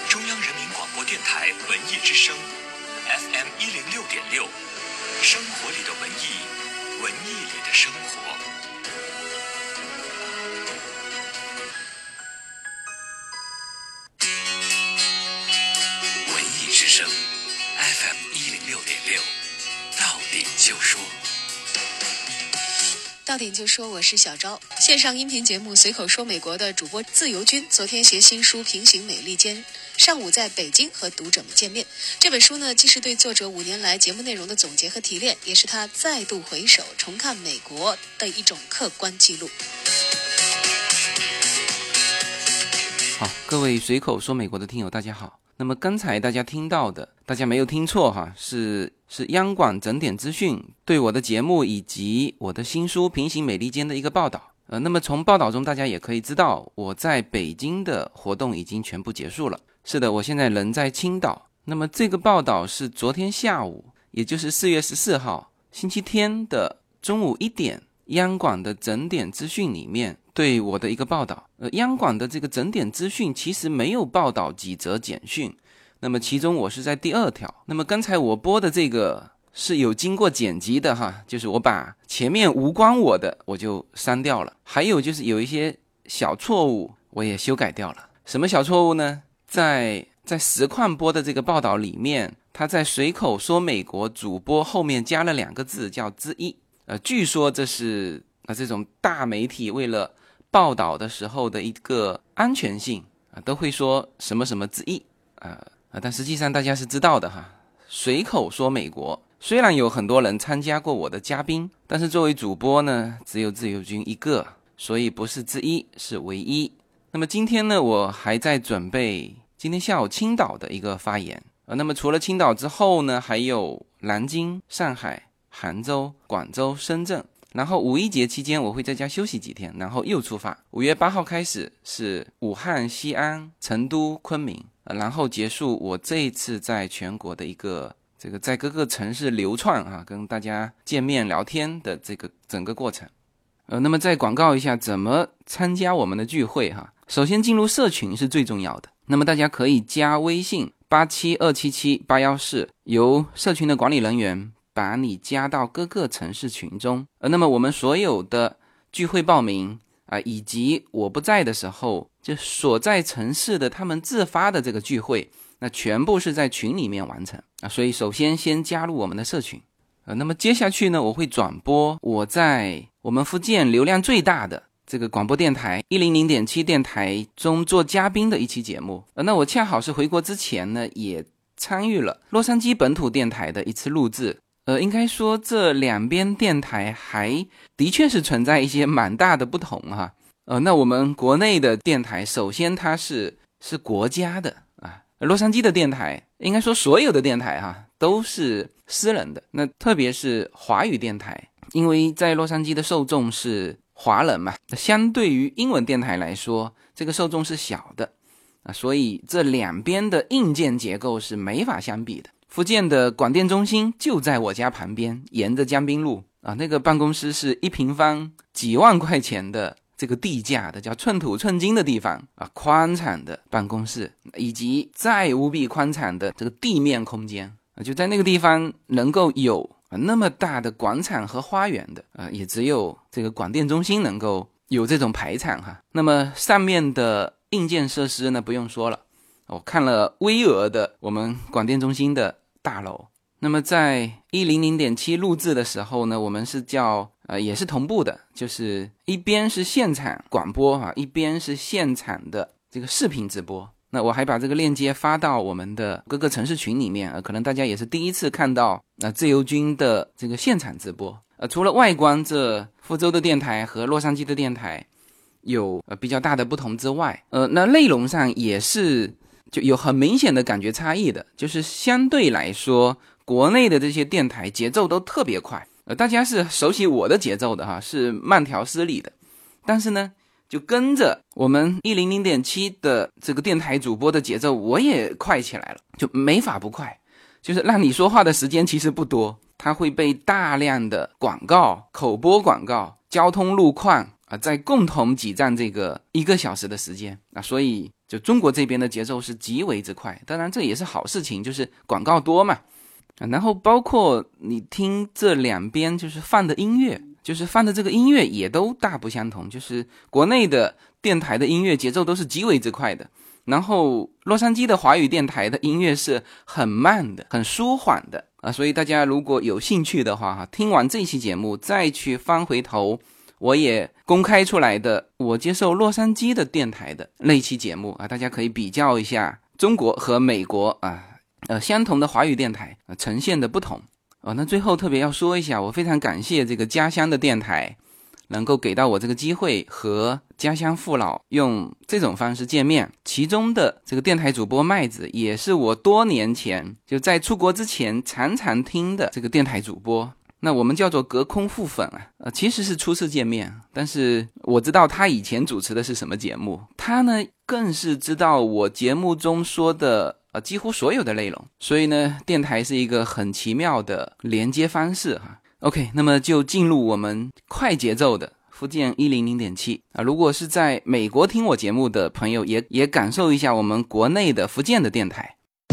中央人民广播电台文艺之声 FM 106.6，生活里的文艺，文艺里的生活。文艺之声 FM 106.6，到点就说。 到点就说，我是小昭。线上音频节目随口说美国的主播自由军昨天携新书《平行美利坚》上午在北京和读者们见面。这本书呢，既是对作者5年来节目内容的总结和提炼，也是他再度回首重看美国的一种客观记录。 好，各位随口说美国的听友大家好。那么刚才大家听到的，大家没有听错哈，是央广整点资讯对我的节目以及我的新书《平行美利坚》的一个报道。那么从报道中大家也可以知道，我在北京的活动已经全部结束了。是的，我现在人在青岛。那么这个报道是昨天下午，也就是4月14号星期天的中午1点，央广的整点资讯里面对我的一个报道。央广的这个整点资讯其实没有报道几则简讯，那么其中我是在第2条。那么刚才我播的这个是有经过剪辑的哈，就是我把前面无关我的我就删掉了，还有就是有一些小错误我也修改掉了。什么小错误呢？在实况播的这个报道里面，他在随口说美国主播后面加了2个字叫之一。据说这是这种大媒体为了报道的时候的一个安全性都会说什么什么之一但实际上大家是知道的哈。随口说美国虽然有很多人参加过我的嘉宾，但是作为主播呢，只有自由军一个，所以不是之一，是唯一。那么今天呢，我还在准备今天下午青岛的一个发言那么除了青岛之后呢，还有南京、上海、杭州、广州、深圳，然后5一节期间我会在家休息几天，然后又出发。5月8号开始是武汉、西安、成都、昆明，然后结束我这一次在全国的一个这个在各个城市流窜跟大家见面聊天的这个整个过程。那么再广告一下怎么参加我们的聚会首先进入社群是最重要的，那么大家可以加微信872778114，由社群的管理人员把你加到各个城市群中。那么我们所有的聚会报名以及我不在的时候就所在城市的他们自发的这个聚会，那全部是在群里面完成所以首先加入我们的社群。那么接下去呢，我会转播我在我们福建流量最大的这个广播电台100.7电台中做嘉宾的一期节目。那我恰好是回国之前呢，也参与了洛杉矶本土电台的一次录制。应该说这两边电台还的确是存在一些蛮大的不同那我们国内的电台，首先它是国家的洛杉矶的电台，应该说所有的电台都是私人的。那特别是华语电台，因为在洛杉矶的受众是华人嘛，相对于英文电台来说，这个受众是小的所以这两边的硬件结构是没法相比的。福建的广电中心就在我家旁边，沿着江滨路那个办公室是1平方几万块钱的这个地价的，叫寸土寸金的地方宽敞的办公室，以及再无比宽敞的这个地面空间就在那个地方能够有那么大的广场和花园的也只有这个广电中心能够有这种排场那么上面的硬件设施呢，不用说了，我看了巍峨的我们广电中心的大楼。那么在100.7录制的时候呢，我们是叫也是同步的，就是一边是现场广播一边是现场的这个视频直播。那我还把这个链接发到我们的各个城市群里面可能大家也是第一次看到自由军的这个现场直播。除了外观这福州的电台和洛杉矶的电台有比较大的不同之外那内容上也是就有很明显的感觉差异的，就是相对来说国内的这些电台节奏都特别快大家是熟悉我的节奏的是慢条斯理的，但是呢就跟着我们100.7的这个电台主播的节奏我也快起来了，就没法不快，就是让你说话的时间其实不多，它会被大量的广告、口播广告、交通路况在共同挤占这个1个小时的时间所以就中国这边的节奏是极为之快，当然这也是好事情，就是广告多嘛然后包括你听这两边就是放的音乐，就是放的这个音乐也都大不相同，就是国内的电台的音乐节奏都是极为之快的，然后洛杉矶的华语电台的音乐是很慢的，很舒缓的所以大家如果有兴趣的话听完这期节目再去翻回头我也公开出来的我接受洛杉矶的电台的那期节目大家可以比较一下中国和美国相同的华语电台呈现的不同那最后特别要说一下，我非常感谢这个家乡的电台能够给到我这个机会和家乡父老用这种方式见面，其中的这个电台主播麦子也是我多年前就在出国之前常常听的这个电台主播，那我们叫做隔空互粉其实是初次见面，但是我知道他以前主持的是什么节目，他呢更是知道我节目中说的几乎所有的内容，所以呢电台是一个很奇妙的连接方式OK， 那么就进入我们快节奏的福建100.7如果是在美国听我节目的朋友也感受一下我们国内的福建的电台。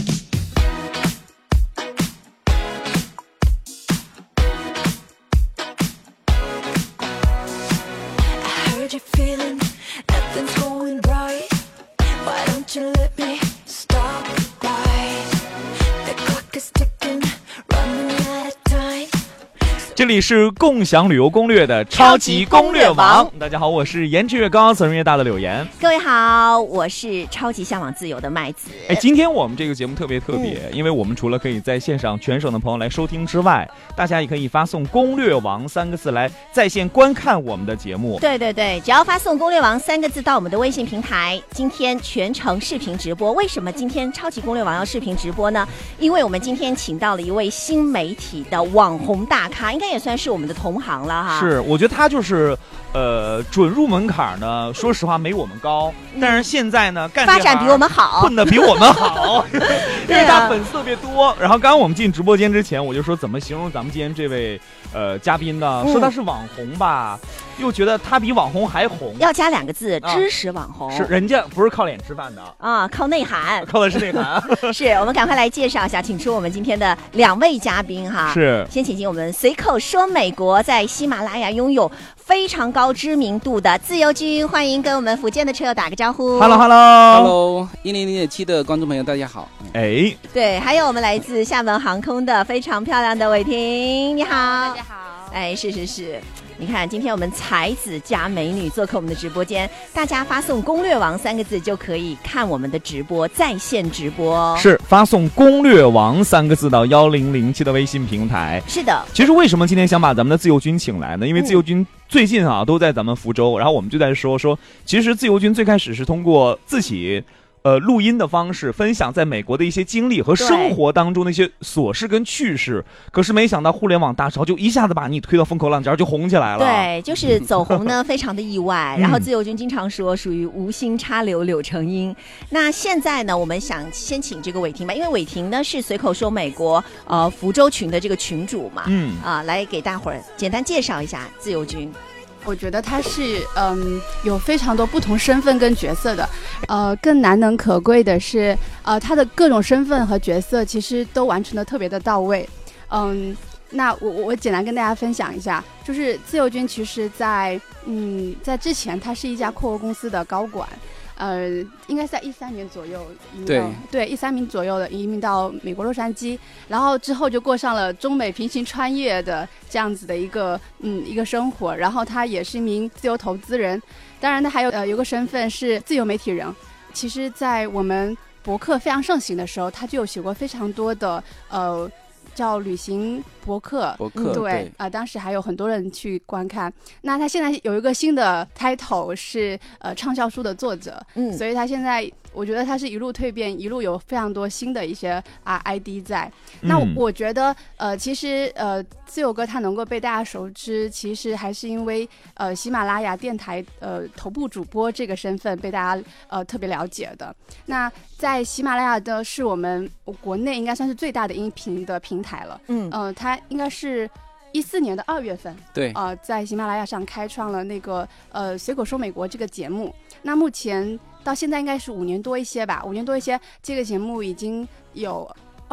这里是共享旅游攻略的超级攻略王，大家好，我是颜值越高责任越大的柳岩。 各位好，我是超级向往自由的麦子。 今天我们这个节目特别因为我们除了可以在线上全省的朋友来收听之外，大家也可以发送攻略王3个字来在线观看我们的节目。 对对对，只要发送攻略王3个字到我们的微信平台，今天全程视频直播。为什么今天超级攻略王要视频直播呢？因为我们今天请到了一位新媒体的网红大咖，应该也算是我们的同行了哈。 是，我觉得他就是准入门槛呢，说实话没我们高，但是现在呢发展比我们好， 混得比我们好因为他粉丝特别多。然后刚刚我们进直播间之前我就说怎么形容咱们今天这位嘉宾呢，说他是网红吧，又觉得他比网红还红， 要加2个字，知识网红。 是，人家不是靠脸吃饭的靠内涵， 靠的是内涵是，我们赶快来介绍一下，请出我们今天的2位嘉宾哈。 是， 先请进我们随口说美国，在喜马拉雅拥有非常高知名度的自由军，欢迎跟我们福建的车友打个招呼。 Hello 100.7的观众朋友大家好。 对，还有我们来自厦门航空的非常漂亮的伟霆，你好。 大家好。 是，你看今天我们才子加美女做客我们的直播间，大家发送攻略王3个字就可以看我们的直播，在线直播。 是，发送攻略王3个字到1007的微信平台。 是的， 其实为什么今天想把咱们的自由军请来呢？因为自由军最近都在咱们福州，然后我们就在说其实自由军最开始是通过自己录音的方式分享在美国的一些经历和生活当中的一些琐事跟趣事，可是没想到互联网大潮就一下子把你推到风口浪尖，就红起来了。 对，就是走红呢非常的意外然后自由军经常说属于无心插柳柳成荫。那现在呢我们想先请这个伟霆吧，因为伟霆呢是随口说美国福州群的这个群主嘛，来给大伙儿简单介绍一下自由军。 我觉得他是有非常多不同身份跟角色的，更难能可贵的是他的各种身份和角色其实都完成的特别的到位。那我简单跟大家分享一下，就是自由军其实在之前他是一家跨国公司的高管，应该是在13年左右移民到13年左右的移民到美国洛杉矶，然后之后就过上了中美平行穿越的这样子的一个生活。然后他也是一名自由投资人，当然他还有个身份是自由媒体人。其实在我们博客非常盛行的时候，他就有写过非常多的叫旅行博客，对当时还有很多人去观看。那他现在有一个新的 title 是畅销书的作者，所以他现在我觉得他是一路蜕变，一路有非常多新的一些ID 在。那我觉得其实自由哥他能够被大家熟知，其实还是因为喜马拉雅电台头部主播这个身份被大家特别了解的。那在喜马拉雅的是我们国内应该算是最大的音频的平台了，它应该是 14年的2月份， 对， 在喜马拉雅上开创了那个随口说美国这个节目。那目前到现在应该是5年多一些吧，5年多一些，这个节目已经有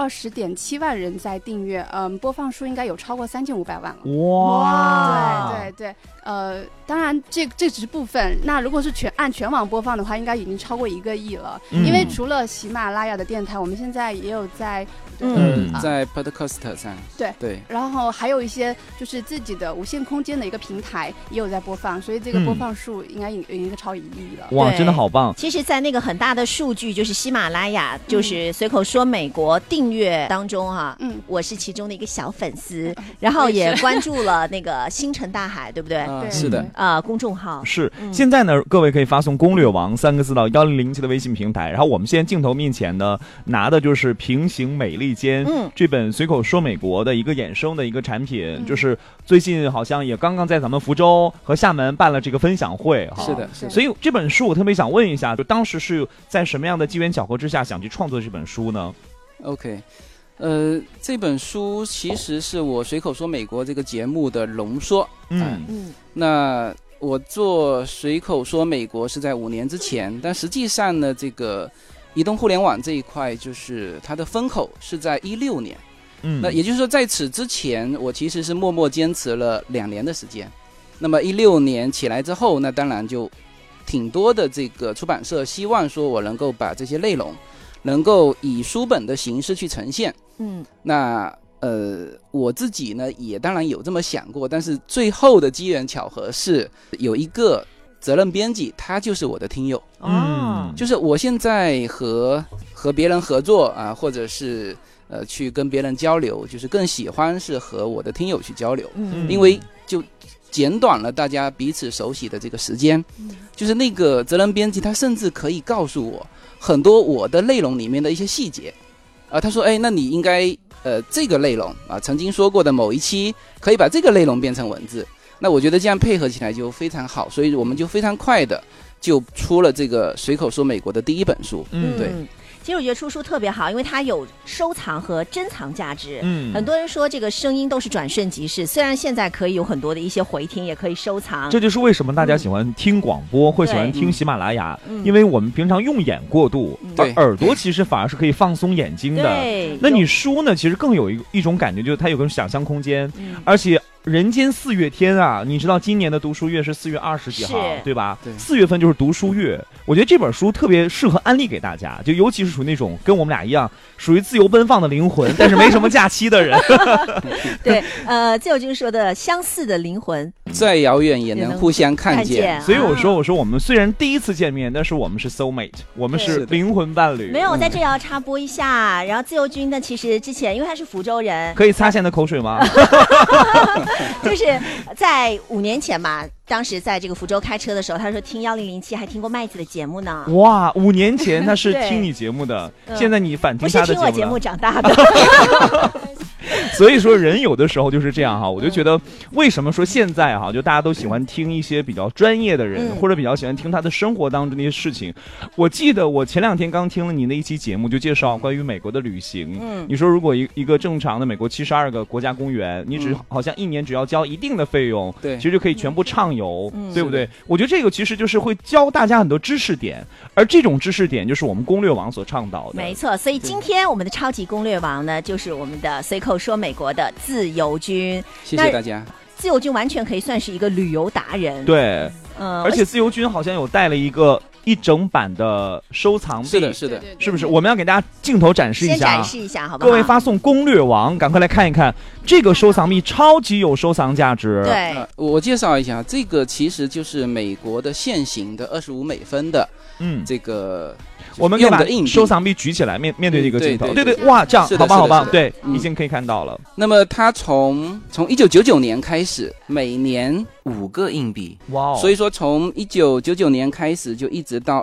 20.7万人在订阅，播放数应该有超过3500万了。 哇， 对，当然这只是部分。那如果是按全网播放的话，应该已经超过1个亿了。因为除了喜马拉雅的电台，我们现在也有在在 Podcast 上，对， 然后还有一些就是自己的无限空间的一个平台也有在播放，所以这个播放数应该已经超1亿了。 哇，真的好棒！ 其实，在那个很大的数据，就是喜马拉雅，就是随口说美国订阅当中哈，我是其中的一个小粉丝，然后也关注了那个星辰大海，对不对？ 是的， 公众号是。现在呢，各位可以发送攻略王3个字到1007的微信平台，然后我们现在镜头面前呢拿的就是平行美利坚这本随口说美国的一个衍生的一个产品，就是最近好像也刚刚在咱们福州和厦门办了这个分享会哈。 是的， 所以这本书我特别想问一下，就当时是在什么样的机缘巧合之下想去创作这本书呢 ？OK。这本书其实是我随口说美国这个节目的浓缩。那我做随口说美国是在5年之前，但实际上呢，这个移动互联网这一块就是它的风口是在16年。那也就是说，在此之前，我其实是默默坚持了2年的时间。那么16年起来之后，那当然就挺多的这个出版社希望说我能够把这些内容能够以书本的形式去呈现。那我自己呢也当然有这么想过，但是最后的机缘巧合是有一个责任编辑，他就是我的听友。就是我现在和别人合作啊，或者是去跟别人交流，就是更喜欢是和我的听友去交流，因为就减短了大家彼此熟悉的这个时间。就是那个责任编辑他甚至可以告诉我很多我的内容里面的一些细节。他说那你应该这个内容曾经说过的某一期可以把这个内容变成文字，那我觉得这样配合起来就非常好，所以我们就非常快的就出了这个随口说美国的第1本书。对。 其实我觉得出书特别好，因为它有收藏和珍藏价值。很多人说这个声音都是转瞬即逝，虽然现在可以有很多的一些回听，也可以收藏。这就是为什么大家喜欢听广播，会喜欢听喜马拉雅，因为我们平常用眼过度，而耳朵其实反而是可以放松眼睛的。那你书呢，其实更有一种感觉，就是它有个想象空间，而且人间4月天啊，你知道今年的读书月是4月20几号，对吧？4月份就是读书月。我觉得这本书特别适合安利给大家，就尤其是属于那种跟我们俩一样属于自由奔放的灵魂，但是没什么假期的人。 对，自由军说的相似的灵魂， 再遥远也能互相看见。 所以我说我们虽然第一次见面，但是我们是 soul mate， 我们是灵魂伴侣。 没有，在这也要插播一下。然后自由军呢，其实之前因为他是福州人， 可以擦线的口水吗？ 就是在5年前嘛，当时在这个福州开车的时候，他说听1007还听过麦子的节目呢。 哇，5年前他是听你节目的，现在你反听他的节目了。 不是听我节目长大的。 所以说人有的时候就是这样哈，我就觉得为什么说现在哈，就大家都喜欢听一些比较专业的人，或者比较喜欢听他的生活当中那些事情。我记得我前2天刚听了你那一期节目，就介绍关于美国的旅行。你说如果一个正常的美国72个国家公园，你好像1年只要交一定的费用， 对， 其实就可以全部畅游，对不对？我觉得这个其实就是会教大家很多知识点，而这种知识点就是我们攻略网所倡导的。 没错，所以今天我们的超级攻略王呢，就是我们的随口说美国的自由军。 谢谢大家。 自由军完全可以算是一个旅游达人。 对，而且自由军好像有带了一整版的收藏币。 是的，是的， 是不是？我们要给大家镜头展示一下， 先展示一下，好不好？ 各位发送攻略王，赶快来看一看这个收藏币，超级有收藏价值。 对， 我介绍一下，这个其实就是美国的现行的25美分的，这个。 我们可以把收藏币举起来，面对这个镜头。对，哇，这样好棒好棒。对，已经可以看到了。 那么它从1999年开始，每年5个硬币。 哇！ 所以说从1999年开始就一直到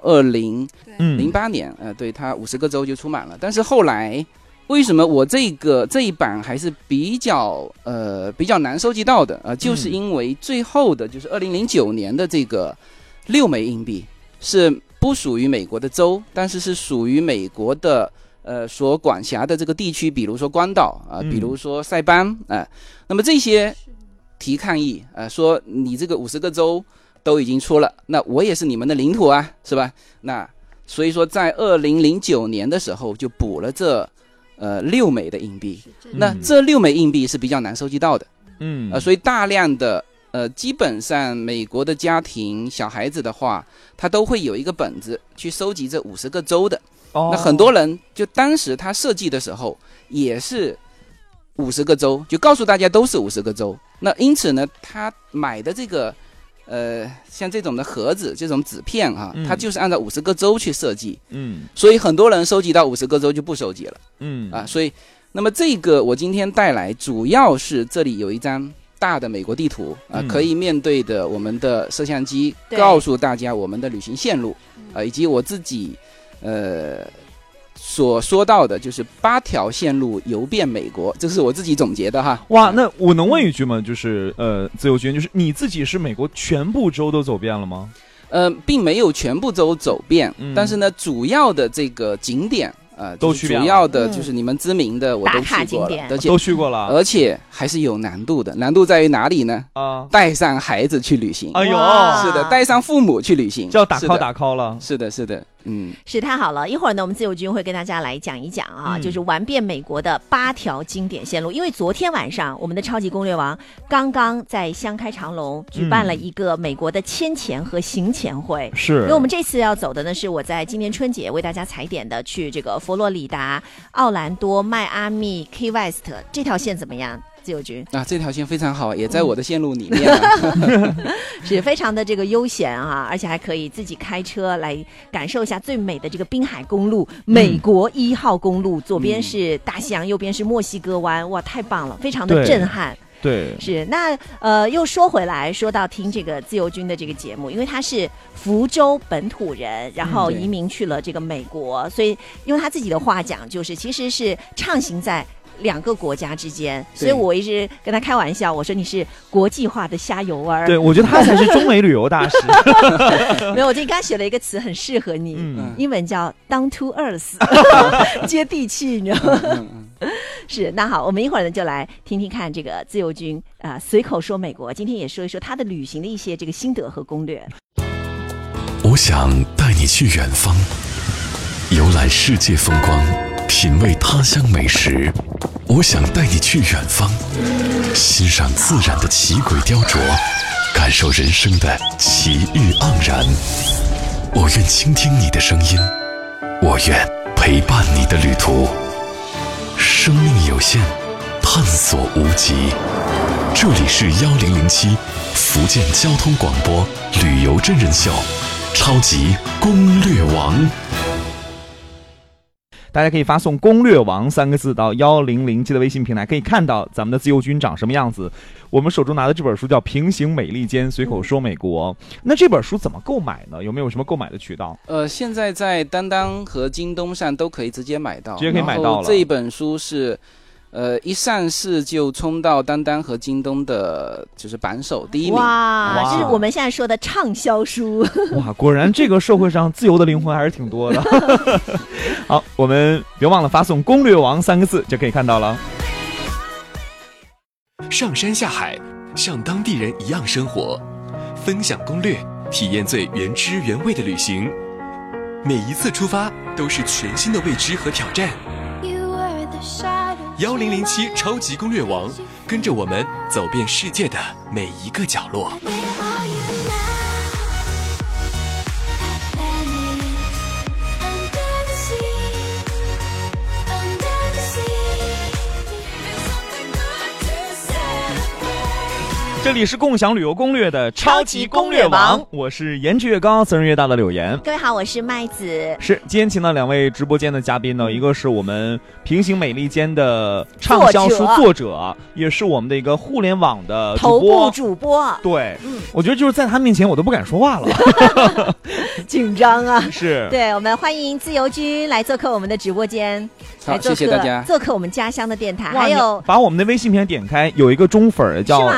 2008年，对，它50个州就出满了。但是后来为什么我这一版还是比较难收集到的就是因为最后的就是2009年的这个6枚硬币是不属于美国的州，但是是属于美国的所管辖的这个地区，比如说关岛啊，比如说塞班啊，那么这些提抗议说你这个50个州都已经出了，那我也是你们的领土啊，是吧？那所以说在2009年的时候就补了这6枚的硬币，那这6枚硬币是比较难收集到的，所以大量的基本上美国的家庭小孩子的话，他都会有一个本子去收集这50个州的。那很多人就当时他设计的时候也是50个州，就告诉大家都是50个州。那因此呢，他买的这个像这种的盒子这种纸片啊，它就是按照50个州去设计。所以很多人收集到50个州就不收集了。所以那么这个我今天带来主要是这里有一张大的美国地图可以面对的我们的摄像机，告诉大家我们的旅行线路以及我自己所说到的就是8条线路游遍美国，这是我自己总结的哈。 哇，那我能问一句吗？就是自由军，就是你自己是美国全部州都走遍了吗？ 并没有全部州走遍，但是呢，主要的这个景点都去遍了， 主要的就是你们知名的我都去过了， 都去过了， 而且还是有难度的。难度在于哪里呢？带上孩子去旅行。 哎呦， 是的，带上父母去旅行， 叫打 call 了。 是的，是的。 是太好了。一会儿呢，我们自由军会跟大家来讲一讲就是玩遍美国的8条经典线路。因为昨天晚上我们的超级攻略王刚刚在香开长隆举办了一个美国的签钱和行前会， 是。 因为我们这次要走的呢，是我在今年春节为大家踩点的，去这个佛罗里达、奥兰多、迈阿密、Key West 这条线怎么样？自由军这条线非常好，也在我的线路里面是非常的这个悠闲而且还可以自己开车来感受一下最美的这个滨海公路，美国1号公路，左边是大西洋，右边是墨西哥湾，哇，太棒了，非常的震撼。 对， 是。那又说回来，说到听这个自由军的这个节目，因为他是福州本土人，然后移民去了这个美国，所以用他自己的话讲，就是其实是畅行在2个国家之间，所以我一直跟他开玩笑，我说你是国际化的虾油儿。 对，我觉得他才是中美旅游大使。 没有，我今天刚写了一个词很适合你，英文叫 down to earth 接地气，你知道吗？是。那好，我们一会儿呢就来听听看这个自由军随口说美国，今天也说一说他的旅行的一些这个心得和攻略。 我想带你去远方，游览世界风光，品味他乡美食。我想带你去远方，欣赏自然的奇诡雕琢，感受人生的奇遇盎然。我愿倾听你的声音，我愿陪伴你的旅途。生命有限，探索无极。这里是1007福建交通广播旅游真人秀，超级攻略王。 大家可以发送攻略王3个字到1007的微信平台，可以看到咱们的自由军长什么样子。我们手中拿的这本书叫《平行美利坚随口说美国》，那这本书怎么购买呢？有没有什么购买的渠道？ 现在在当当和京东上都可以直接买到， 直接可以买到了。 这一本书是一上市就冲到当当和京东的就是榜首第1名。 哇，这是我们现在说的畅销书。 哇，果然这个社会上自由的灵魂还是挺多的。好，我们别忘了发送攻略王3个字就可以看到了。 上山下海，像当地人一样生活，分享攻略，体验最原汁原味的旅行。每一次出发都是全新的未知和挑战。1007超级攻略王，跟着我们走遍世界的每一个角落。 这里是共享旅游攻略的超级攻略王，我是颜值越高责任越大的柳岩。 各位好，我是麦子。 是，今天请到2位直播间的嘉宾呢，一个是我们平行美利坚的畅销书作者，也是我们的一个互联网的头部主播。 对，我觉得就是在他面前我都不敢说话了， 紧张啊。 是， 对，我们欢迎自由军来做客我们的直播间。 好，谢谢大家。 做客我们家乡的电台，还有把我们的微信平台点开，有一个中粉叫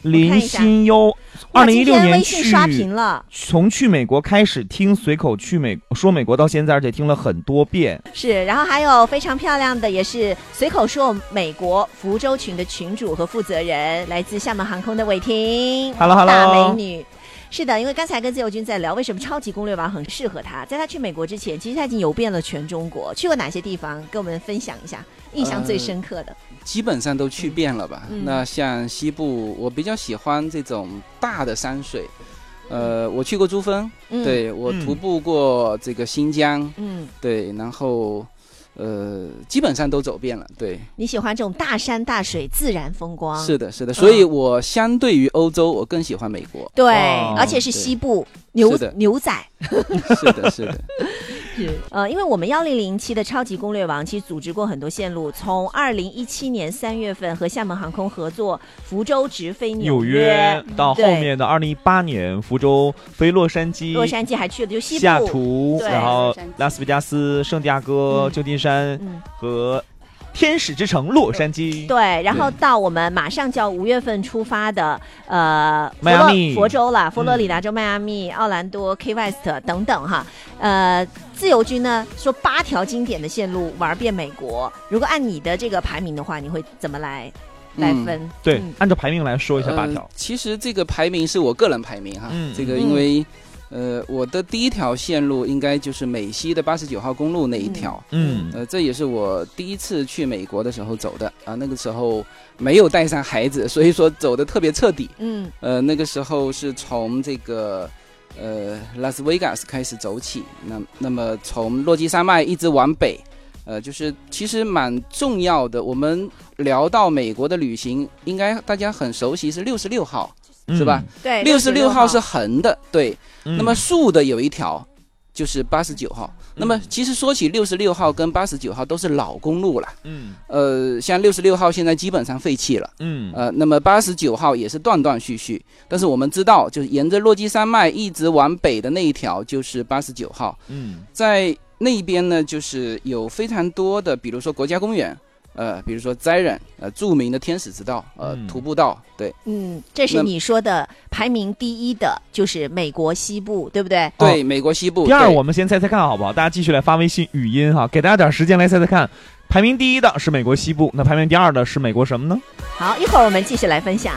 林心悠，2016年微信刷屏了， 从去美国开始听随口说美国到现在，而且听了很多遍。 是，然后还有非常漂亮的，也是随口说美国福州群的群主和负责人，来自厦门航空的伟霆 ，Hello， 大美女。是的，因为刚才跟自由军在聊，为什么超级攻略网很适合他。在他去美国之前，其实他已经游遍了全中国，去过哪些地方？跟我们分享一下，印象最深刻的。 基本上都去遍了吧。那像西部，我比较喜欢这种大的山水。我去过珠峰，对，我徒步过这个新疆，对，然后基本上都走遍了。对， 你喜欢这种大山大水自然风光？ 是的，是的。所以我相对于欧洲，我更喜欢美国。 对，而且是西部牛仔。 是的，是的。 是因为我们1007的超级攻略网其实组织过很多线路，从2017年3月份和厦门航空合作福州直飞纽约， 到后面的2018年福州飞洛杉矶还去的就西部、 西雅图，然后拉斯维加斯、圣地亚哥、旧金山和天使之城洛杉矶。 对，然后到我们马上就要5月份出发的迈阿密、 佛州了，佛罗里达州、迈阿密、奥兰多、Key West 等等哈。自由军呢说8条经典的线路玩遍美国，如果按你的这个排名的话，你会怎么来分？ 对，按照排名来说一下8条。 其实这个排名是我个人排名哈，这个因为我的第一条线路应该就是美西的89号公路那一条，这也是我第一次去美国的时候走的啊，那个时候没有带上孩子，所以说走的特别彻底，那个时候是从这个拉斯维加斯开始走起，那么从落基山脉一直往北，就是其实蛮重要的。我们聊到美国的旅行，应该大家很熟悉是66号。是吧？ 对 ，66号是横的，对。那么竖的有一条，就是89号。那么其实说起66号跟89号都是老公路了。像66号现在基本上废弃了。那么89号也是断断续续。但是我们知道，就是沿着落基山脉一直往北的那一条就是89号。在那边呢，就是有非常多的，比如说国家公园。比如说灾人，著名的天使之道，徒步道，对， 这是你说的排名第一的，就是美国西部，对不对？ 对，美国西部。 第二，我们先猜猜看好不好？大家继续来发微信语音哈，给大家点时间来猜猜看。排名第一的是美国西部，那排名第二的是美国什么呢？ 好，一会儿我们继续来分享。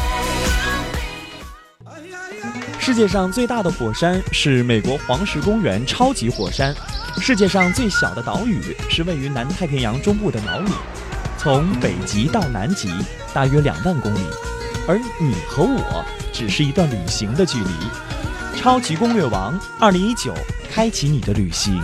世界上最大的火山是美国黄石公园超级火山，世界上最小的岛屿是位于南太平洋中部的瑙鲁，从北极到南极大约2万公里，而你和我只是一段旅行的距离。超级攻略王2019，开启你的旅行。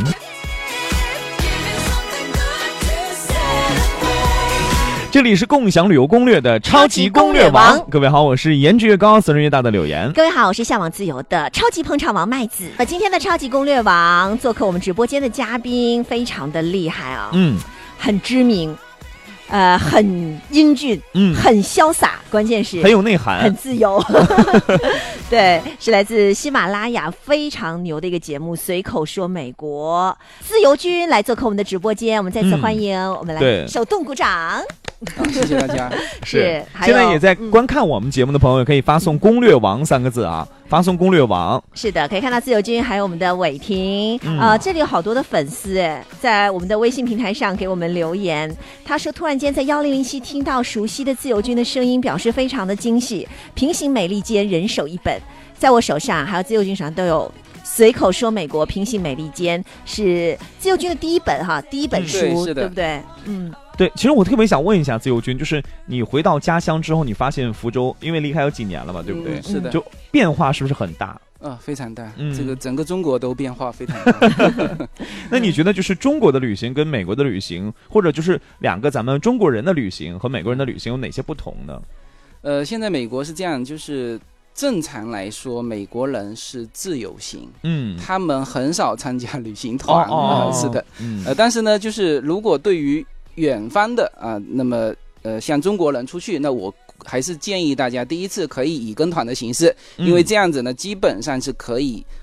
这里是共享旅游攻略的超级攻略王，各位好，我是颜值越高责任越大的柳岩。 各位好，我是向往自由的超级捧场王麦子。今天的超级攻略王做客我们直播间的嘉宾非常的厉害啊，很知名，很英俊，很潇洒，关键是很有内涵， 很自由。对，是来自喜马拉雅非常牛的一个节目《随口说美国》，自由军来做客我们的直播间，我们再次欢迎，我们来手动鼓掌。 谢谢大家。 是，现在也在观看我们节目的朋友可以发送攻略王3个字啊，发送攻略王。 是的，可以看到自由军还有我们的伟霆，这里有好多的粉丝在我们的微信平台上给我们留言，他说突然间在1007听到熟悉的自由军的声音，表示非常的惊喜。平行美利坚人手一本，在我手上还有自由军手上都有随口说美国平行美利坚，是自由军的第一本书，对不对？ 对，其实我特别想问一下自由军，就是你回到家乡之后，你发现福州因为离开有几年了嘛，对不对？ 是的， 就变化是不是很大？ 非常大，这个整个中国都变化非常大。 那你觉得就是中国的旅行跟美国的旅行，或者就是两个咱们中国人的旅行和美国人的旅行有哪些不同呢？ 现在美国是这样，就是正常来说，美国人是自由行，他们很少参加旅行团，是的，但是呢，就是如果对于远方的那么像中国人出去，那我还是建议大家第一次可以以跟团的形式，因为这样子呢，基本上是可以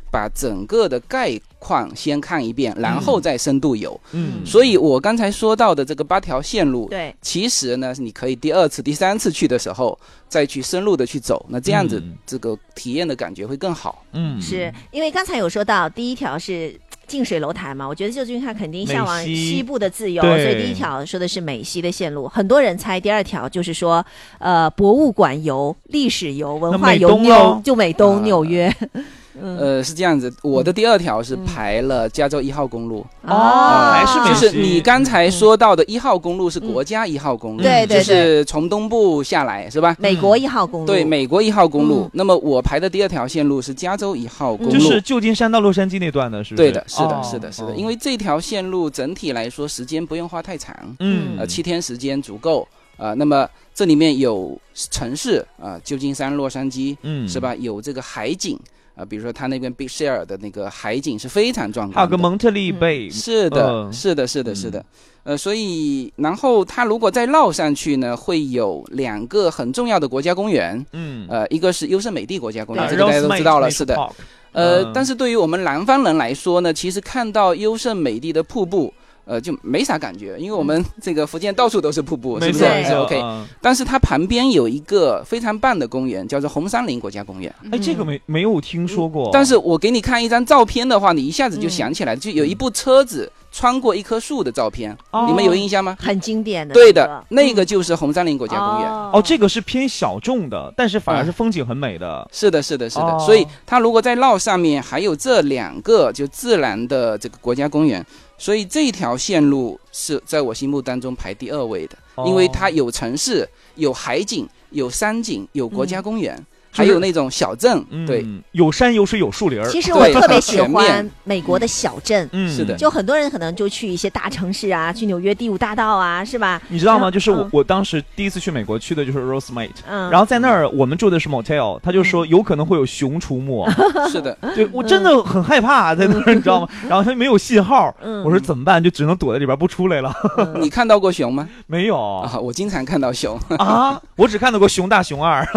把整个的概况先看一遍，然后再深度游。 嗯， 所以我刚才说到的这个8条线路， 对， 其实呢，你可以第2次、第3次去的时候再去深入的去走，那这样子这个体验的感觉会更好。 嗯， 是因为刚才有说到第一条是近水楼台嘛，我觉得旧君他肯定向往西部的自由，所以第一条说的是美西的线路。很多人猜第2条就是说，博物馆游、历史游、文化游，就美东、纽约。 是这样子，我的第2条是排了加州1号公路。 还是美西， 就是你刚才说到的1号公路是国家1号公路， 对对对， 就是从东部下来是吧？ 美国1号公路， 对，美国1号公路。那么我排的第2条线路是加州1号公路， 就是旧金山到洛杉矶那段的，是不是？ 对的，是的，是的，是的。因为这条线路整体来说时间不用花太长，7天时间足够。那么这里面有城市旧金山、洛杉矶，是吧？有这个海景。比如说它那边 Big Sur 的那个海景是非常壮观的， 还有个蒙特利贝， 是的，是的，是的，是的。所以然后它如果再绕上去呢，会有2个很重要的国家公园，一个是优胜美地国家公园，这个大家都知道了，是的。但是对于我们南方人来说呢，其实看到优胜美地的瀑布。就没啥感觉，因为我们这个福建到处都是瀑布，是不是？是 OK。但是它旁边有一个非常棒的公园，叫做红杉林国家公园。 哎，这个没有听说过。 但是我给你看一张照片的话，你一下子就想起来，就有一部车子穿过一棵树的照片，你们有印象吗？ 很经典的。 对的，那个就是红杉林国家公园。 哦，这个是偏小众的，但是反而是风景很美的。 是的，是的，是的。所以它如果在绕上面还有这2个就自然的这个国家公园。所以这条线路是在我心目当中排第2位的，因为它有城市、有海景、有山景、有国家公园，还有那种小镇，对， 有山有水有树林。 其实我特别喜欢美国的小镇， 是的， 就很多人可能就去一些大城市啊，去纽约第5大道啊，是吧？ 你知道吗？就是我当时第一次去美国去的就是 Rosemate，然后在那儿我们住的是 motel， 他就说有可能会有熊出没， 是的， 对我真的很害怕在那儿，你知道吗？然后他没有信号，我说怎么办？就只能躲在里边不出来了。 你看到过熊吗？ 没有我经常看到熊啊，我只看到过熊大熊二。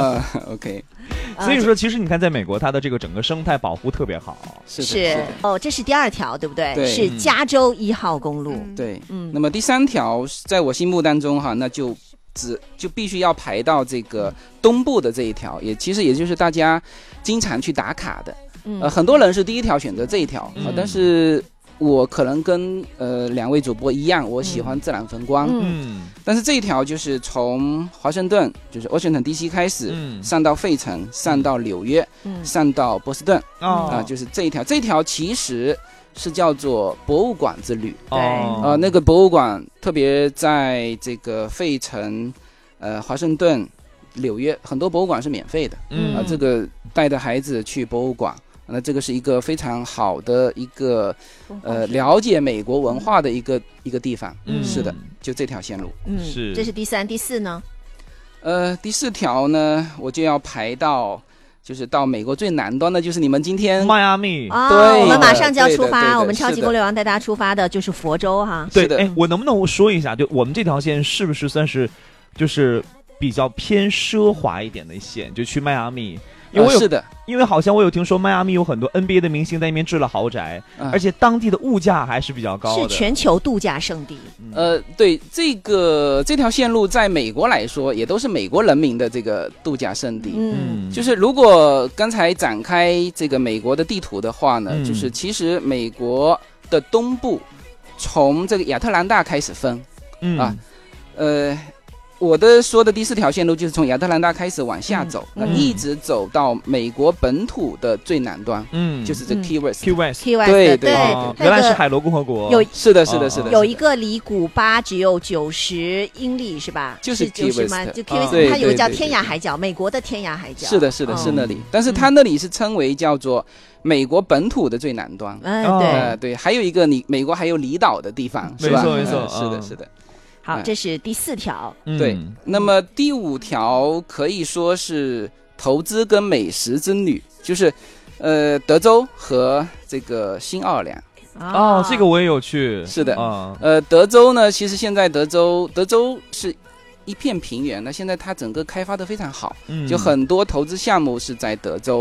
OK。 所以说，其实你看，在美国，它的这个整个生态保护特别好。 是哦，这是第2条，对不对？ 对， 是加州1号公路。 对，那么第3条在我心目当中哈，那就必须要排到这个东部的这一条，其实也就是大家经常去打卡的。很多人是第1条选择这一条，但是我可能跟2位主播一样，我喜欢自然风光。但是这一条就是从华盛顿，就是 Washington DC 开始，上到费城，上到纽约，上到波士顿，就是这一条。这条其实是叫做博物馆之旅。那个博物馆特别在这个费城、华盛顿、纽约，很多博物馆是免费的。这个带着孩子去博物馆。那这个是一个非常好的一个了解美国文化的一个地方。是的，就这条线路。 是。 这是第3、第4呢？ 第4条呢，我就要排到，就是到美国最南端的，就是你们今天迈阿密。 对，我们马上就要出发。我们超级攻略王带大家出发的就是佛州哈。 对的。我能不能说一下，就我们这条线是不是算是，就是比较偏奢华一点的线，就去迈阿密？ 是的， 因为好像我有听说迈阿密有很多 NBA 的明星在那边置了豪宅，而且当地的物价还是比较高的， 是全球度假胜地。 对，这条线路在美国来说也都是美国人民的这个度假胜地。就是如果刚才展开这个美国的地图的话呢，就是其实美国的东部从这个亚特兰大开始分，我说的第4条线路就是从亚特兰大开始往下走，一直走到美国本土的最南端，就是这 Key West。对， 原来是海螺共和国。 是的。 有一个离古巴只有90英里，是吧？ 就是 Key West 吗？就 Key West，它有个叫天涯海角，美国的天涯海角。 是的，是那里。但是它那里是称为叫做美国本土的最南端。对，还有一个美国还有离岛的地方，是吧？ 没错， 是的。 好，这是第4条。 对，那么第5条可以说是投资跟美食之旅，就是德州和这个新奥尔良。 这个我也有去。 是的，德州呢，其实现在德州是一片平原，那现在它整个开发的非常好，就很多投资项目是在德州。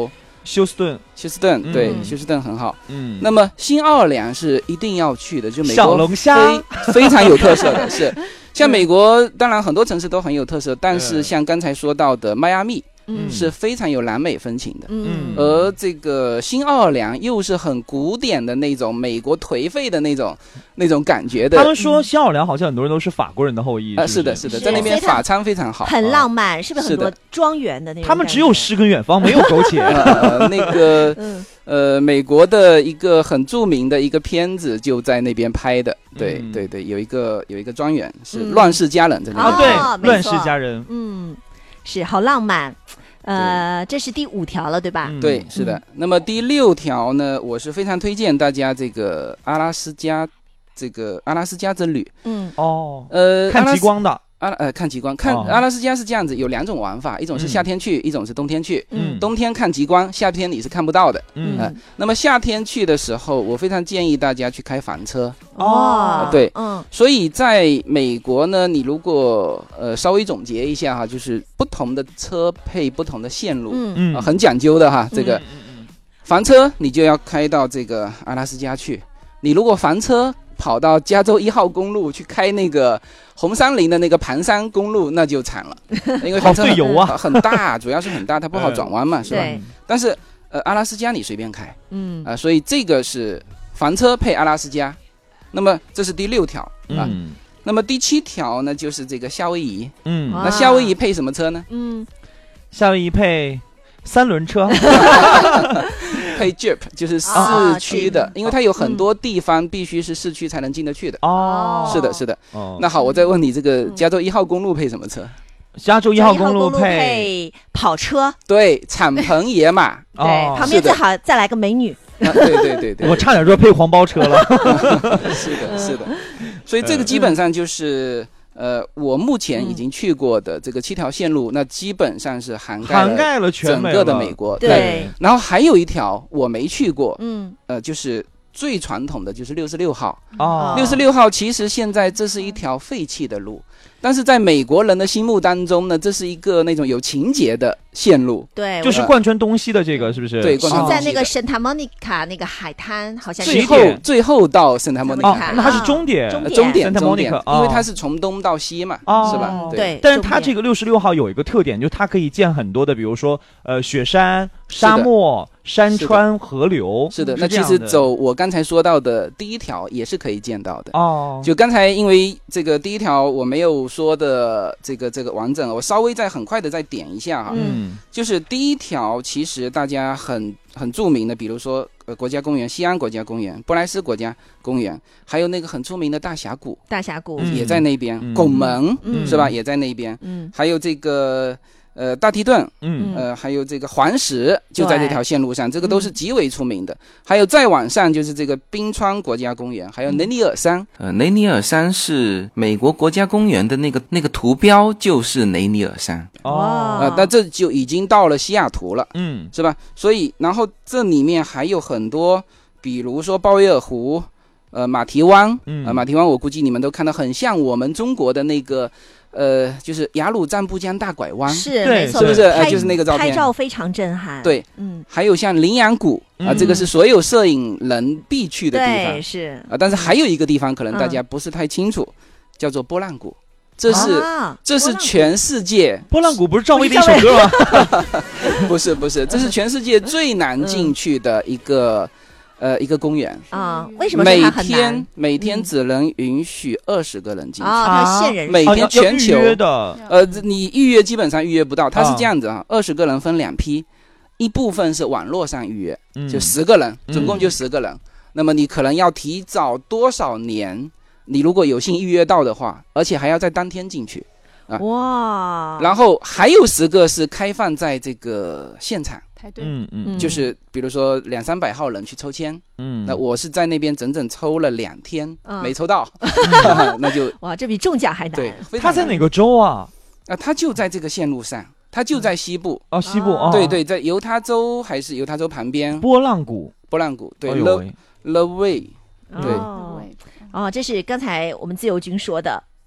休斯顿， 对， 嗯休斯顿很好。那么新奥尔良是一定要去的，就美小国龙虾非常有特色的是，像美国当然很多城市都很有特色，但是像刚才说到的迈阿密。是非常有南美风情的，而这个新奥尔良又是很古典的那种美国颓废的那种感觉的。 他们说新奥尔良好像很多人都是法国人的后裔， 是的，在那边法餐非常好， 很浪漫，是不是很多庄园的那种？ 他们只有诗跟远方，没有苟且。 那个美国的一个很著名的一个片子就在那边拍的，对，有一个庄园是《乱世佳人》在那边。 对，《乱世佳人》。 是好浪漫。这是第5条了，对吧？ 对，是的。那么第6条呢，我是非常推荐大家这个阿拉斯加之旅。 看极光的。 看极光，阿拉斯加是这样子，有2种玩法，一种是夏天去，一种是冬天去。冬天看极光，夏天你是看不到的。那么夏天去的时候，我非常建议大家去开房车。对，所以在美国呢，你如果稍微总结一下哈，就是不同的车配不同的线路，很讲究的哈。这个房车你就要开到这个阿拉斯加去，你如果房车跑到加州1号公路去开那个红杉林的那个盘山公路，那就惨了，因为房车很大，主要是很大，它不好转弯嘛，是吧？但是阿拉斯加你随便开，所以这个是房车配阿拉斯加。那么这是第6条啊。那么第7条呢，就是这个夏威夷。那夏威夷配什么车呢？ 夏威夷配3轮车。 配 Jeep 就是市区的，因为它有很多地方必须是市区才能进得去的。是的。那好，我再问你，这个加州1号公路配什么车？ 加州1号公路配跑车。 对，敞篷野马。 对，旁边最好再来个美女。 对， 我差点说配黄包车了。 是的。所以这个基本上就是我目前已经去过的这个7条线路，那基本上是涵盖了整个的美国。 对。 然后还有一条我没去过，就是最传统的就是66号。66号其实现在这是一条废弃的路，但是在美国人的心目当中呢，这是一个那种有情节的线路。 对， 就是贯穿东西的这个，是不是？ 对， 是在那个圣塔莫尼卡那个海滩，好像最后到圣塔莫尼卡。 那它是终点， 因为它是从东到西嘛，是吧？ 对。 但是它这个66号有一个特点，就是它可以建很多的，比如说雪山、沙漠、山川、河流。 是的，那其实走我刚才说到的第1条也是可以见到的。就刚才因为这个第1条我没有说的这个完整，我稍微再很快的再点一下哈。就是第1条其实大家很著名的，比如说国家公园，西安国家公园、布莱斯国家公园，还有那个很出名的大峡谷也在那边，拱门是吧，也在那边。还有这个大提顿，还有这个黄石就在这条线路上，这个都是极为出名的。还有再往上就是这个冰川国家公园，还有雷尼尔山。 雷尼尔山是美国国家公园的那个图标，就是雷尼尔山。 那这就已经到了西雅图了，是吧？所以然后这里面还有很多，比如说鲍威尔湖。马蹄湾，马蹄湾我估计你们都看到，很像我们中国的那个，就是雅鲁藏布江大拐弯， 是没错， 是不是？就是那个照片， 拍照非常震撼。 对，还有像羚羊谷这个是所有摄影人必去的地方， 对，是但是还有一个地方可能大家不是太清楚，叫做波浪谷。这是全世界， 波浪谷不是赵薇的一首歌吗？ 不是，这是全世界最难进去的一个公园为什么它很难？ 每天只能允许20个人进去它限人数， 每天全球的你预约基本上预约不到，它是这样子20个人分2批，一部分是网络上预约，就10个人，总共就10个人。那么你可能要提早多少年？你如果有幸预约到的话，而且还要在当天进去哇！ 然后还有10个是开放在这个现场排队， 就是比如说200-300号人去抽签，那我是在那边整整抽了2天，没抽到，那就哇，这比中奖还难。 对， 他在哪个州啊？ 他就在这个线路上，他就在西部。 西部对，在犹他州还是犹他州旁边。 波浪谷， 对 ，The Way，对。 这是刚才我们自由军说的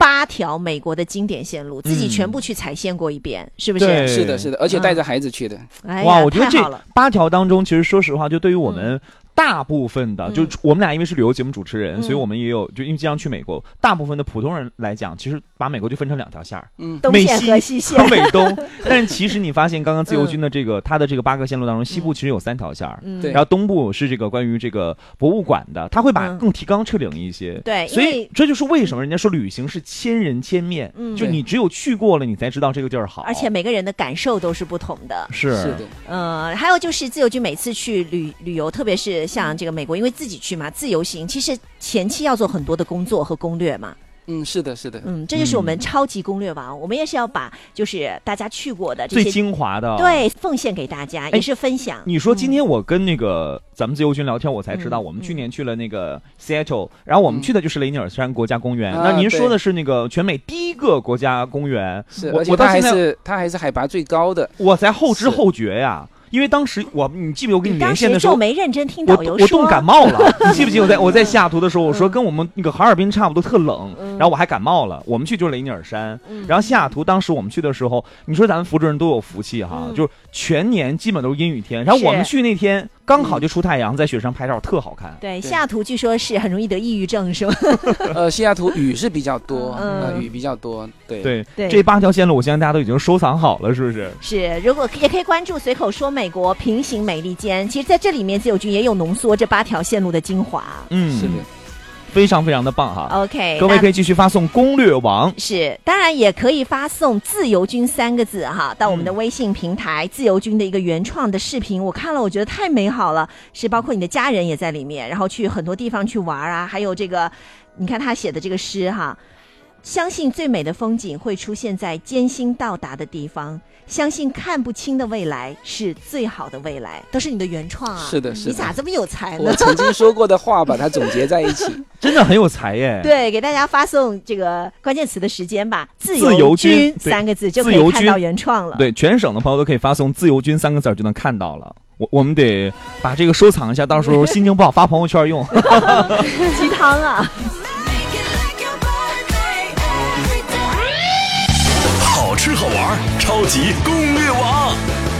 8条美国的经典线路，自己全部去踩线过一遍，是不是？ 对是的，是的，而且带着孩子去的。 哎呀， 哇，我觉得这太好了 8条当中，其实说实话，就对于我们大部分的，就我们俩因为是旅游节目主持人，所以我们也有就因为经常去美国，大部分的普通人来讲，其实把美国就分成2条线儿， 东线和西线和美东。但是其实你发现，刚刚自由军的这个它的这个8个线路当中，西部其实有3条线儿， 对， 然后东部是这个关于这个博物馆的，它会把更提纲挈领一些。 对， 所以这就是为什么人家说旅行是千人千面，就你只有去过了，你才知道这个地儿好， 而且每个人的感受都是不同的。 是的， 还有就是自由军每次去旅游，特别是像这个美国，因为自己去嘛，自由行，其实前期要做很多的工作和攻略嘛。 是的，是的， 这就是我们超级攻略网，我们也是要把就是大家去过的这些最精华的， 对，奉献给大家，也是分享。 你说今天我跟那个咱们自由军聊天，我才知道我们去年去了那个 Seattle，然后我们去的就是雷尼尔山国家公园。那您说的是那个全美第1个国家公园， 是，而且它还是海拔最高的， 我才后知后觉呀。因为当时你记不记得我跟你连线的时候， 就没认真听导游说， 我冻感冒了。你记不记得我在西雅图的时候，我说跟我们那个哈尔滨差不多，特冷，然后我还感冒了。我们去就是雷尼尔山，然后西雅图当时我们去的时候，你说咱们福州人都有福气哈，就是全年基本都是阴雨天，然后我们去那天刚好就出太阳，在雪上拍照特好看。 对，西雅图据说是很容易得抑郁症，是吗？ 西雅图雨是比较多，雨比较多。对， 这8条线路我相信大家都已经收藏好了，是不是？ 是，如果也可以关注随口说美国平行美利坚，其实在这里面自由军也有浓缩这8条线路的精华。 是的。 非常非常的棒哈 ，OK， 各位可以继续发送攻略王， 是，当然也可以发送自由军3个字哈到我们的微信平台，自由军的一个原创的视频，我看了我觉得太美好了，是包括你的家人也在里面，然后去很多地方去玩啊，还有这个你看他写的这个诗哈，相信最美的风景会出现在艰辛到达的地方，相信看不清的未来是最好的未来，都是你的原创啊！ 是的，是的， 你咋这么有才呢？ 我曾经说过的话，把它总结在一起， 真的很有才耶！ 对，给大家发送这个关键词的时间吧，自由军3个字就可以看到原创了。 对，全省的朋友都可以发送自由军3个字就能看到了。我们得把这个收藏一下，到时候心情不好发朋友圈用。 鸡汤啊！ 好吃好玩，超级攻略网。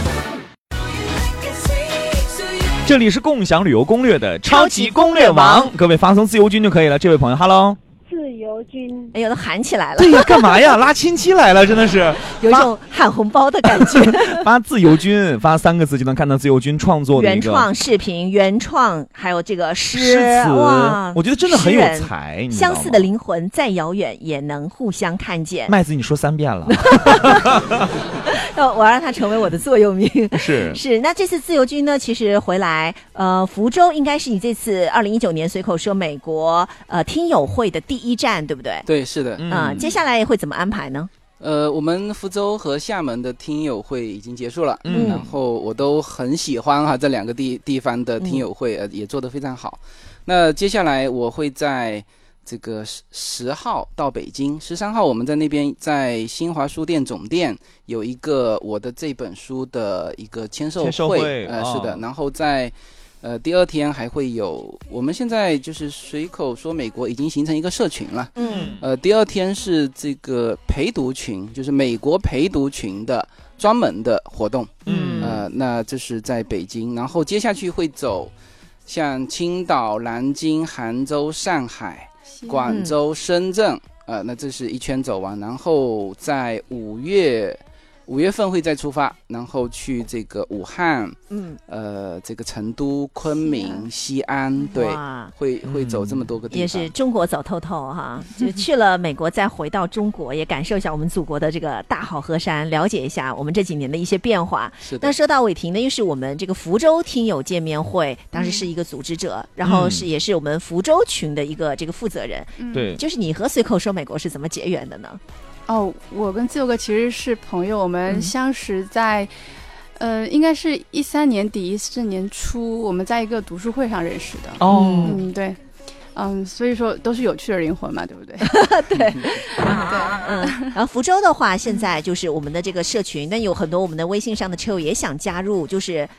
这里是共享旅游攻略的超级攻略网，各位发送自由军就可以了。这位朋友 ，Hello。 自由军， 哎呦，都喊起来了。 对呀，干嘛呀？拉亲戚来了，真的是有一种喊红包的感觉。 发自由军，发3个字就能看到自由军创作的原创视频、原创还有这个诗词， 哇， 我觉得真的很有才。 相似的灵魂再遥远也能互相看见。 麦子，你说3遍了。 我要让他成为我的座右铭。 是。 那这次自由军呢，其实回来，福州应该是你这次2019年随口说美国听友会的第1站，对不对？ 对，是的。 接下来会怎么安排呢？ 我们福州和厦门的听友会已经结束了，然后我都很喜欢哈这2个地方的听友会，也做得非常好。那接下来我会在这个10号到北京，13号我们在那边在新华书店总店有一个我的这本书的一个签售会，是的，然后在第2天还会有，我们现在就是随口说美国已经形成一个社群了，第2天是这个陪读群，就是美国陪读群的专门的活动，那这是在北京，然后接下去会走像青岛、南京、杭州、上海、广州、深圳，那这是一圈走完，然后在5月份会再出发，然后去这个武汉，这个成都、昆明、西安，对，会走这么多个地方， 也是中国走透透哈，就去了美国，再回到中国，也感受一下我们祖国的这个大好河山，了解一下我们这几年的一些变化。 是的。 那说到伟霆呢，又是我们这个福州听友见面会，当时是一个组织者，然后也是我们福州群的一个这个负责人。 对， 就是你和随口说美国是怎么结缘的呢？ 我跟自由哥其实是朋友，我们相识在，应该是13年底14年初，我们在一个读书会上认识的。对，所以说都是有趣的灵魂嘛，对不对？ 对，然后福州的话，现在就是我们的这个社群，那有很多我们的微信上的车友也想加入，就是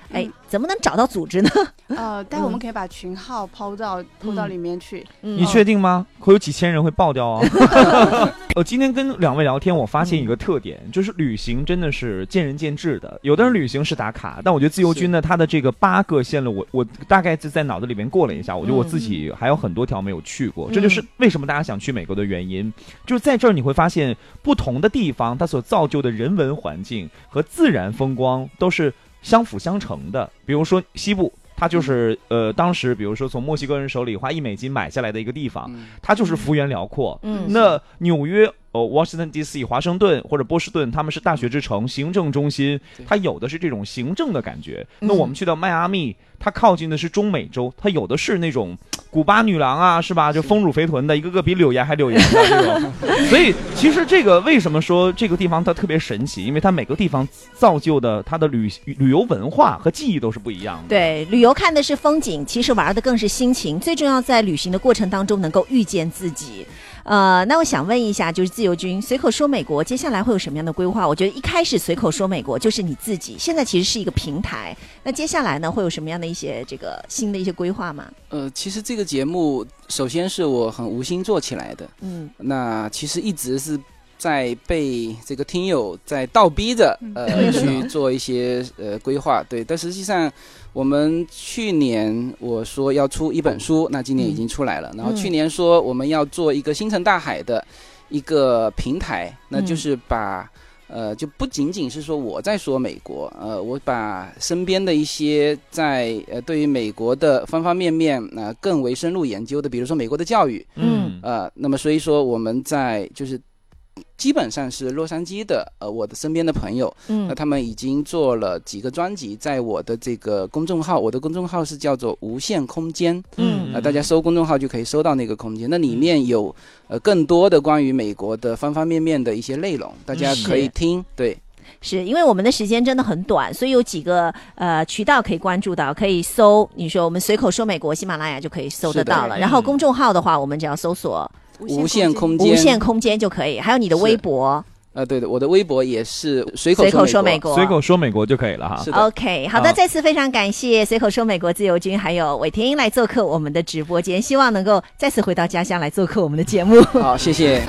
怎么能找到组织呢？ 但我们可以把群号抛到里面去。 你确定吗？会有几千人会爆掉啊！今天跟两位聊天，我发现一个特点，就是旅行真的是见仁见智的。有的人旅行是打卡，但我觉得自由军呢，它的这个8个线路，我大概在脑子里面过了一下，我觉得我自己还有很多条没有去过。这就是为什么大家想去美国的原因，就是在这儿你会发现不同的地方它所造就的人文环境和自然风光都是相辅相成的。比如说西部，它就是当时比如说从墨西哥人手里花$1买下来的一个地方，它就是幅员辽阔。那纽约Washington DC 华盛顿或者波士顿，他们是大学之城，行政中心，它有的是这种行政的感觉。那我们去到迈阿密，它靠近的是中美洲，它有的是那种古巴女郎啊，是吧？就丰乳肥臀的，一个个比柳岩还柳岩的这种。所以其实这个为什么说这个地方它特别神奇？因为它每个地方造就的它的旅游文化和记忆都是不一样的。 对，旅游看的是风景，其实玩的更是心情。最重要在旅行的过程当中能够遇见自己。那我想问一下，就是自由军随口说美国接下来会有什么样的规划？我觉得一开始随口说美国就是你自己，现在其实是一个平台。那接下来呢，会有什么样的一些这个新的一些规划吗？ 其实这个节目首先是我很无心做起来的，那其实一直是在被这个听友在倒逼着去做一些规划，对。但实际上我们去年我说要出一本书，那今年已经出来了。然后去年说我们要做一个星辰大海的一个平台，那就是把就不仅仅是说我在说美国，我把身边的一些在对于美国的方方面面更为深入研究的，比如说美国的教育，那么所以说我们在就是基本上是洛杉矶的我的身边的朋友，那他们已经做了几个专辑，在我的这个公众号，我的公众号是叫做无限空间，大家搜公众号就可以搜到那个空间，那里面有更多的关于美国的方方面面的一些内容，大家可以听，对。 是因为我们的时间真的很短，所以有几个渠道可以关注到，可以搜，你说我们随口说美国，喜马拉雅就可以搜得到了。然后公众号的话，我们只要搜索无限空间， 无限空间就可以。还有你的微博。 对的，我的微博也是随口说美国， 随口说美国就可以了哈。 是的 OK， 好的，再次非常感谢随口说美国自由军还有伟霆来做客我们的直播间，希望能够再次回到家乡来做客我们的节目。 好，谢谢。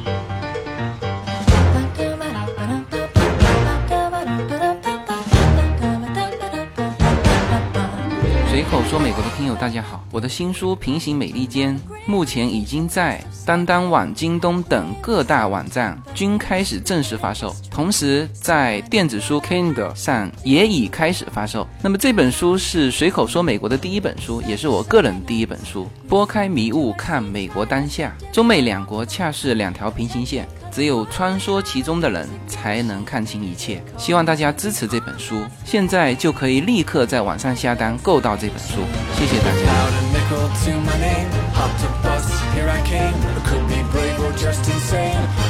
随口说美国的听友大家好，我的新书《平行美利坚》目前已经在当当网、京东等各大网站均开始正式发售，同时在电子书 Kindle 上也已开始发售。那么这本书是随口说美国的第一本书，也是我个人第一本书。拨开迷雾看美国当下，中美两国恰是两条平行线，只有穿梭其中的人才能看清一切。希望大家支持这本书，现在就可以立刻在网上下单购到这本书，谢谢大家。 to my name, hopped a bus, here I came. I could be brave or just insane.